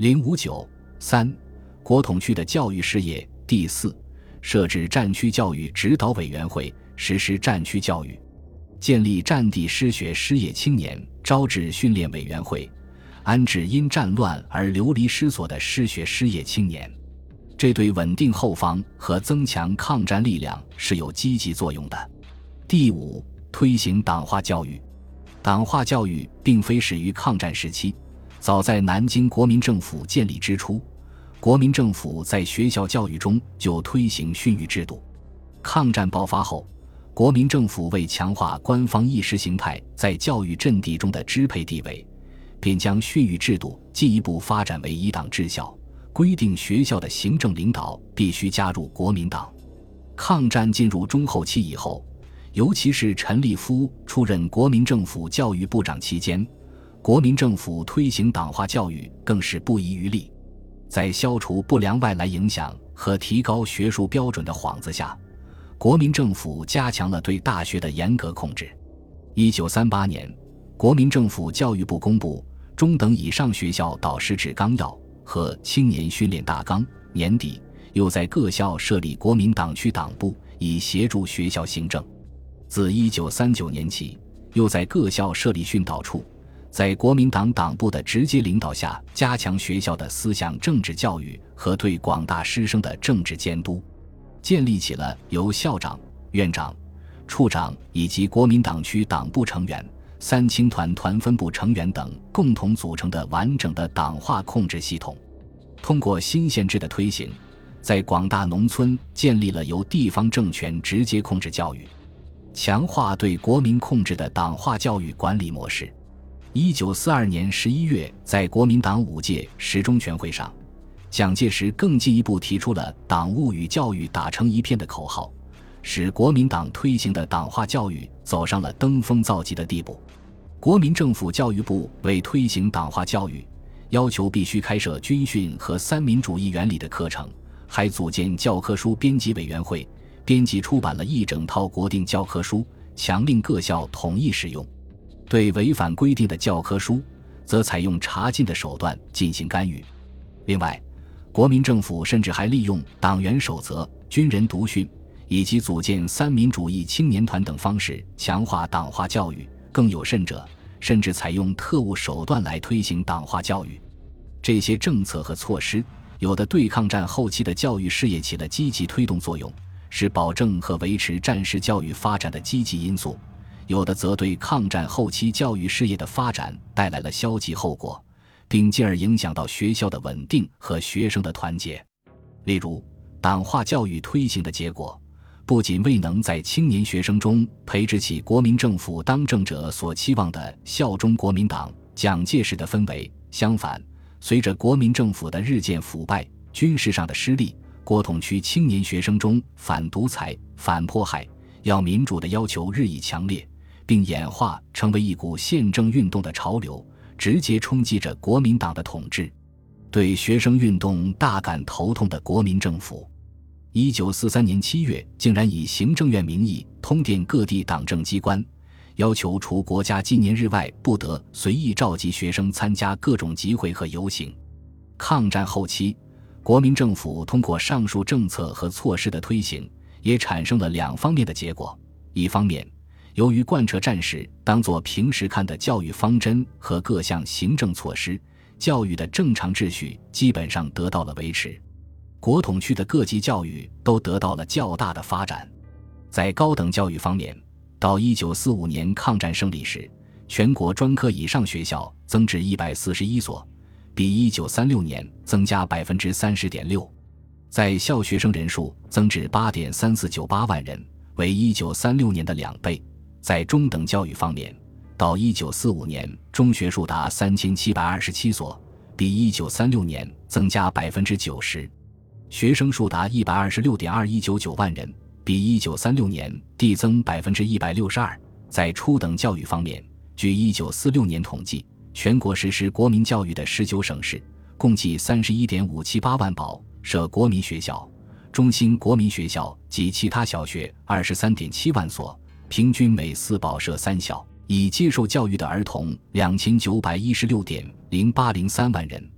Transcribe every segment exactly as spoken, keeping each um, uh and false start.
零五九三国统区的教育事业。第四，设置战区教育指导委员会，实施战区教育，建立战地失学失业青年招致训练委员会，安置因战乱而流离失所的失学失业青年。这对稳定后方和增强抗战力量是有积极作用的。第五，推行党化教育。党化教育并非始于抗战时期，早在南京国民政府建立之初，国民政府在学校教育中就推行训育制度。抗战爆发后，国民政府为强化官方意识形态在教育阵地中的支配地位，便将训育制度进一步发展为以党治校，规定学校的行政领导必须加入国民党。抗战进入中后期以后，尤其是陈立夫出任国民政府教育部长期间，国民政府推行党化教育更是不遗余力。在消除不良外来影响和提高学术标准的幌子下，国民政府加强了对大学的严格控制。一九三八年，国民政府教育部公布《中等以上学校导师制纲要》和《青年训练大纲》，年底又在各校设立国民党区党部，以协助学校行政。自一九三九年起，又在各校设立训导处，在国民党党部的直接领导下，加强学校的思想政治教育和对广大师生的政治监督，建立起了由校长、院长、处长以及国民党区党部成员、三青团团分部成员等共同组成的完整的党化控制系统。通过新县制的推行，在广大农村建立了由地方政权直接控制教育，强化对国民控制的党化教育管理模式。一九四二年十一月，在国民党五届十中全会上，蒋介石更进一步提出了党务与教育打成一片的口号，使国民党推行的党化教育走上了登峰造极的地步。国民政府教育部为推行党化教育，要求必须开设军训和三民主义原理的课程，还组建教科书编辑委员会，编辑出版了一整套国定教科书，强令各校统一使用。对违反规定的教科书，则采用查禁的手段进行干预。另外，国民政府甚至还利用党员守则、军人读训以及组建三民主义青年团等方式强化党化教育，更有甚者，甚至采用特务手段来推行党化教育。这些政策和措施，有的对抗战后期的教育事业起了积极推动作用，是保证和维持战时教育发展的积极因素，有的则对抗战后期教育事业的发展带来了消极后果，并进而影响到学校的稳定和学生的团结。例如，党化教育推行的结果，不仅未能在青年学生中培植起国民政府当政者所期望的效忠国民党、蒋介石的氛围，相反，随着国民政府的日渐腐败、军事上的失利，国统区青年学生中反独裁、反迫害、要民主的要求日益强烈，并演化成为一股宪政运动的潮流，直接冲击着国民党的统治。对学生运动大感头痛的国民政府，一九四三年七月竟然以行政院名义通电各地党政机关，要求除国家纪念日外不得随意召集学生参加各种集会和游行。抗战后期，国民政府通过上述政策和措施的推行，也产生了两方面的结果。一方面，由于贯彻战时当作平时看的教育方针和各项行政措施，教育的正常秩序基本上得到了维持，国统区的各级教育都得到了较大的发展。在高等教育方面，到一九四五年抗战胜利时，全国专科以上学校增至一百四十一所，比一九三六年增加 百分之三十点六， 在校学生人数增至 八点三四九八万人，为一九三六年的两倍。在中等教育方面，到一九四五年中学数达三千七百二十七所，比一九三六年增加 百分之九十， 学生数达 一百二十六点二一九九万人，比一九三六年递增 百分之一百六十二。 在初等教育方面，据一九四六年统计，全国实施国民教育的十九省市共计 三十一点五七八万保设国民学校，中兴国民学校及其他小学 二十三点七万所，平均每四保设三校，已接受教育的儿童 两千九百一十六点零八零三万人，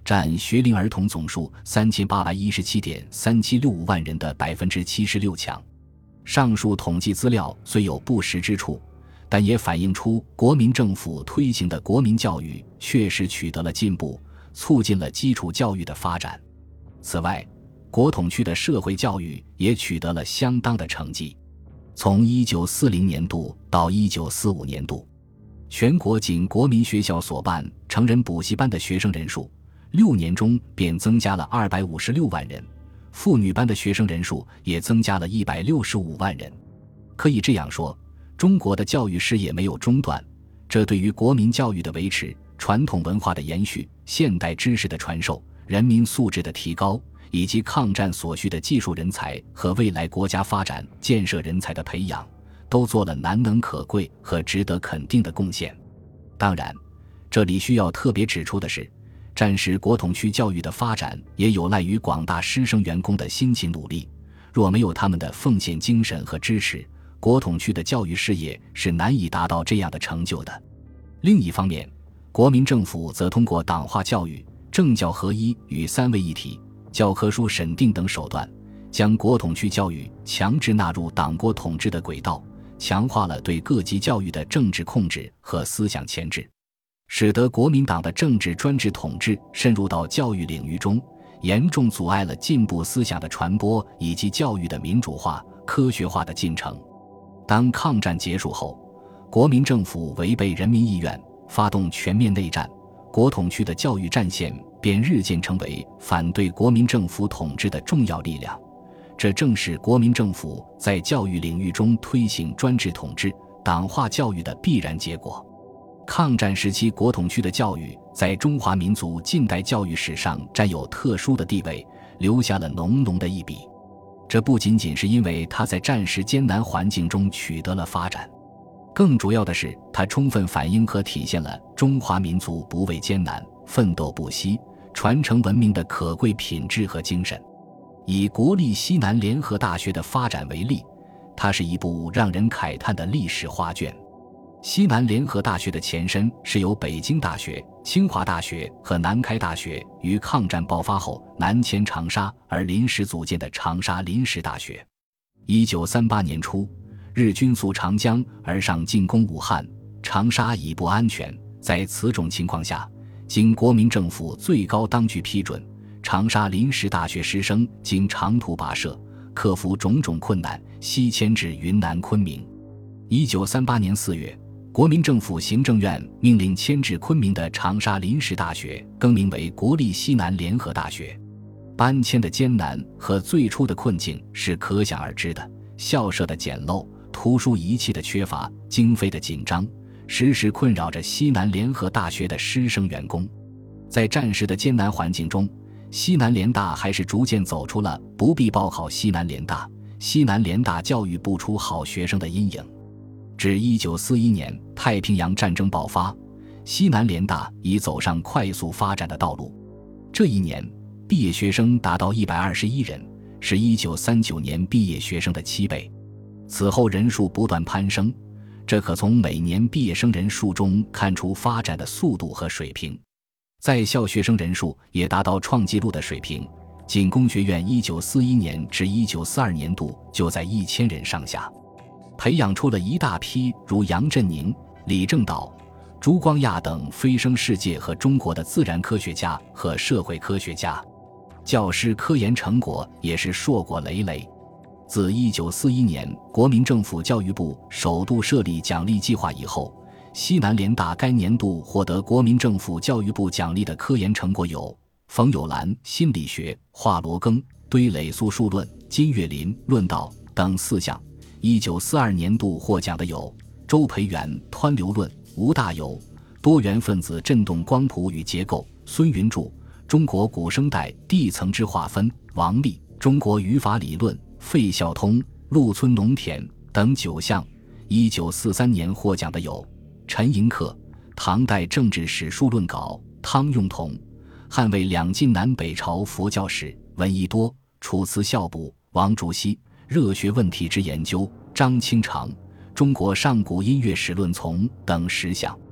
占学龄儿童总数三千八百一十七点三七六五万人的 百分之七十六 强。上述统计资料虽有不实之处，但也反映出国民政府推行的国民教育确实取得了进步，促进了基础教育的发展。此外，国统区的社会教育也取得了相当的成绩。从一九四零年度到一九四五年度，全国仅国民学校所办成人补习班的学生人数，六年中便增加了二百五十六万人，妇女班的学生人数也增加了一百六十五万人。可以这样说，中国的教育事业没有中断，这对于国民教育的维持、传统文化的延续、现代知识的传授、人民素质的提高，以及抗战所需的技术人才和未来国家发展建设人才的培养，都做了难能可贵和值得肯定的贡献。当然，这里需要特别指出的是，战时国统区教育的发展也有赖于广大师生员工的辛勤努力，若没有他们的奉献精神和支持，国统区的教育事业是难以达到这样的成就的。另一方面，国民政府则通过党化教育、政教合一与三位一体、教科书审定等手段，将国统区教育强制纳入党国统治的轨道，强化了对各级教育的政治控制和思想牵制，使得国民党的政治专制统治渗入到教育领域中，严重阻碍了进步思想的传播以及教育的民主化、科学化的进程。当抗战结束后，国民政府违背人民意愿，发动全面内战，国统区的教育战线便日渐成为反对国民政府统治的重要力量。这正是国民政府在教育领域中推行专制统治、党化教育的必然结果。抗战时期国统区的教育在中华民族近代教育史上占有特殊的地位，留下了浓浓的一笔。这不仅仅是因为它在战时艰难环境中取得了发展，更主要的是它充分反映和体现了中华民族不畏艰难、奋斗不息、传承文明的可贵品质和精神。以国立西南联合大学的发展为例，它是一部让人慨叹的历史画卷。西南联合大学的前身是由北京大学、清华大学和南开大学于抗战爆发后南迁长沙而临时组建的长沙临时大学。一九三八年初，日军溯长江而上进攻武汉，长沙已不安全。在此种情况下，经国民政府最高当局批准，长沙临时大学师生经长途跋涉，克服种种困难，西迁至云南昆明。一九三八年四月，国民政府行政院命令迁至昆明的长沙临时大学更名为国立西南联合大学。搬迁的艰难和最初的困境是可想而知的，校舍的简陋、图书仪器的缺乏、经费的紧张，时时困扰着西南联合大学的师生员工。在战时的艰难环境中，西南联大还是逐渐走出了不必报考西南联大、西南联大教育不出好学生的阴影。至一九四一年太平洋战争爆发，西南联大已走上快速发展的道路。这一年毕业学生达到一百二十一人，是一九三九年毕业学生的七倍。此后人数不断攀升，这可从每年毕业生人数中看出发展的速度和水平。在校学生人数也达到创纪录的水平，仅工学院一九四一年至一九四二年度就在一千人上下，培养出了一大批如杨振宁、李政道、朱光亚等蜚声世界和中国的自然科学家和社会科学家。教师科研成果也是硕果累累。自一九四一年国民政府教育部首度设立奖励计划以后，西南联大该年度获得国民政府教育部奖励的科研成果有冯友兰心理学、华罗庚、堆垒素数论、金岳霖论道等四项。一九四二年度获奖的有周培源湍流论、吴大猷多元分子振动光谱与结构、孙云柱中国古生代地层之划分、王立中国语法理论、费孝通、陆村农田等九项。一九四三年获奖的有陈寅恪唐代政治史书论稿、汤用彤捍卫两晋南北朝佛教史、闻一多、楚辞校补、王竹溪热学问题之研究、张清长中国上古音乐史论丛等十项。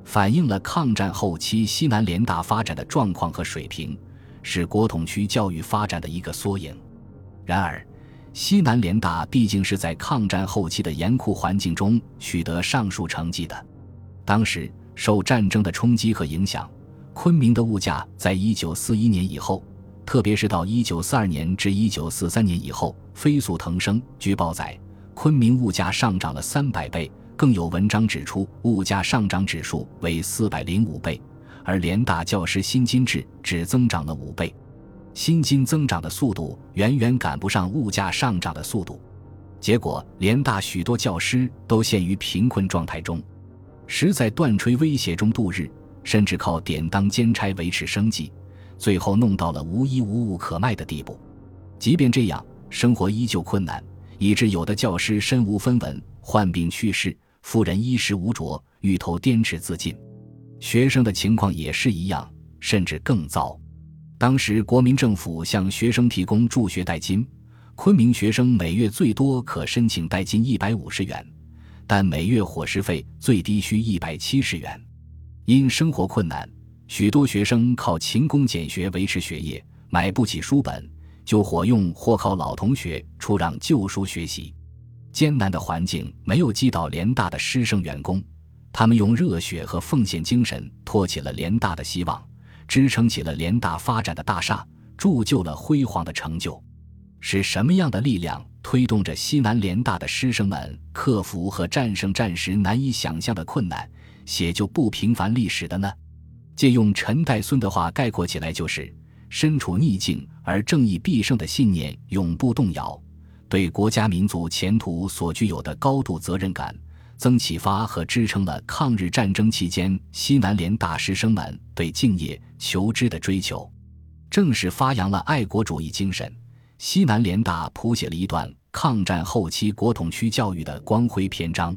反映了抗战后期西南联大发展的状况和水平，是国统区教育发展的一个缩影。然而，西南联大毕竟是在抗战后期的严酷环境中取得上述成绩的。当时受战争的冲击和影响，昆明的物价在一九四一年以后，特别是到一九四二年至一九四三年以后飞速腾升。据报载，昆明物价上涨了三百倍，更有文章指出物价上涨指数为四百零五倍，而联大教师薪金制只增长了五倍，薪金增长的速度远远赶不上物价上涨的速度。结果联大许多教师都陷于贫困状态中，实在断炊威胁中度日，甚至靠典当兼差维持生计，最后弄到了无衣无物可卖的地步。即便这样，生活依旧困难，以致有的教师身无分文，患病去世，妇人衣食无着，欲投滇池自尽。学生的情况也是一样，甚至更糟。当时国民政府向学生提供助学代金，昆明学生每月最多可申请代金一百五十元，但每月伙食费最低需一百七十元。因生活困难，许多学生靠勤工俭学维持学业，买不起书本，就伙用或靠老同学出让旧书学习。艰难的环境没有击倒联大的师生员工，他们用热血和奉献精神托起了联大的希望，支撑起了联大发展的大厦，铸就了辉煌的成就。是什么样的力量推动着西南联大的师生们克服和战胜战时难以想象的困难，写就不平凡历史的呢？借用陈岱孙的话概括起来，就是身处逆境而正义必胜的信念永不动摇，对国家民族前途所具有的高度责任感增启发和支撑了抗日战争期间西南联大师生们对敬业求知的追求。正是发扬了爱国主义精神，西南联大谱写了一段抗战后期国统区教育的光辉篇章。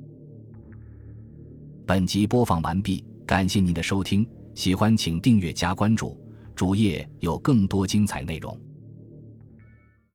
本集播放完毕，感谢您的收听，喜欢请订阅加关注，主页有更多精彩内容。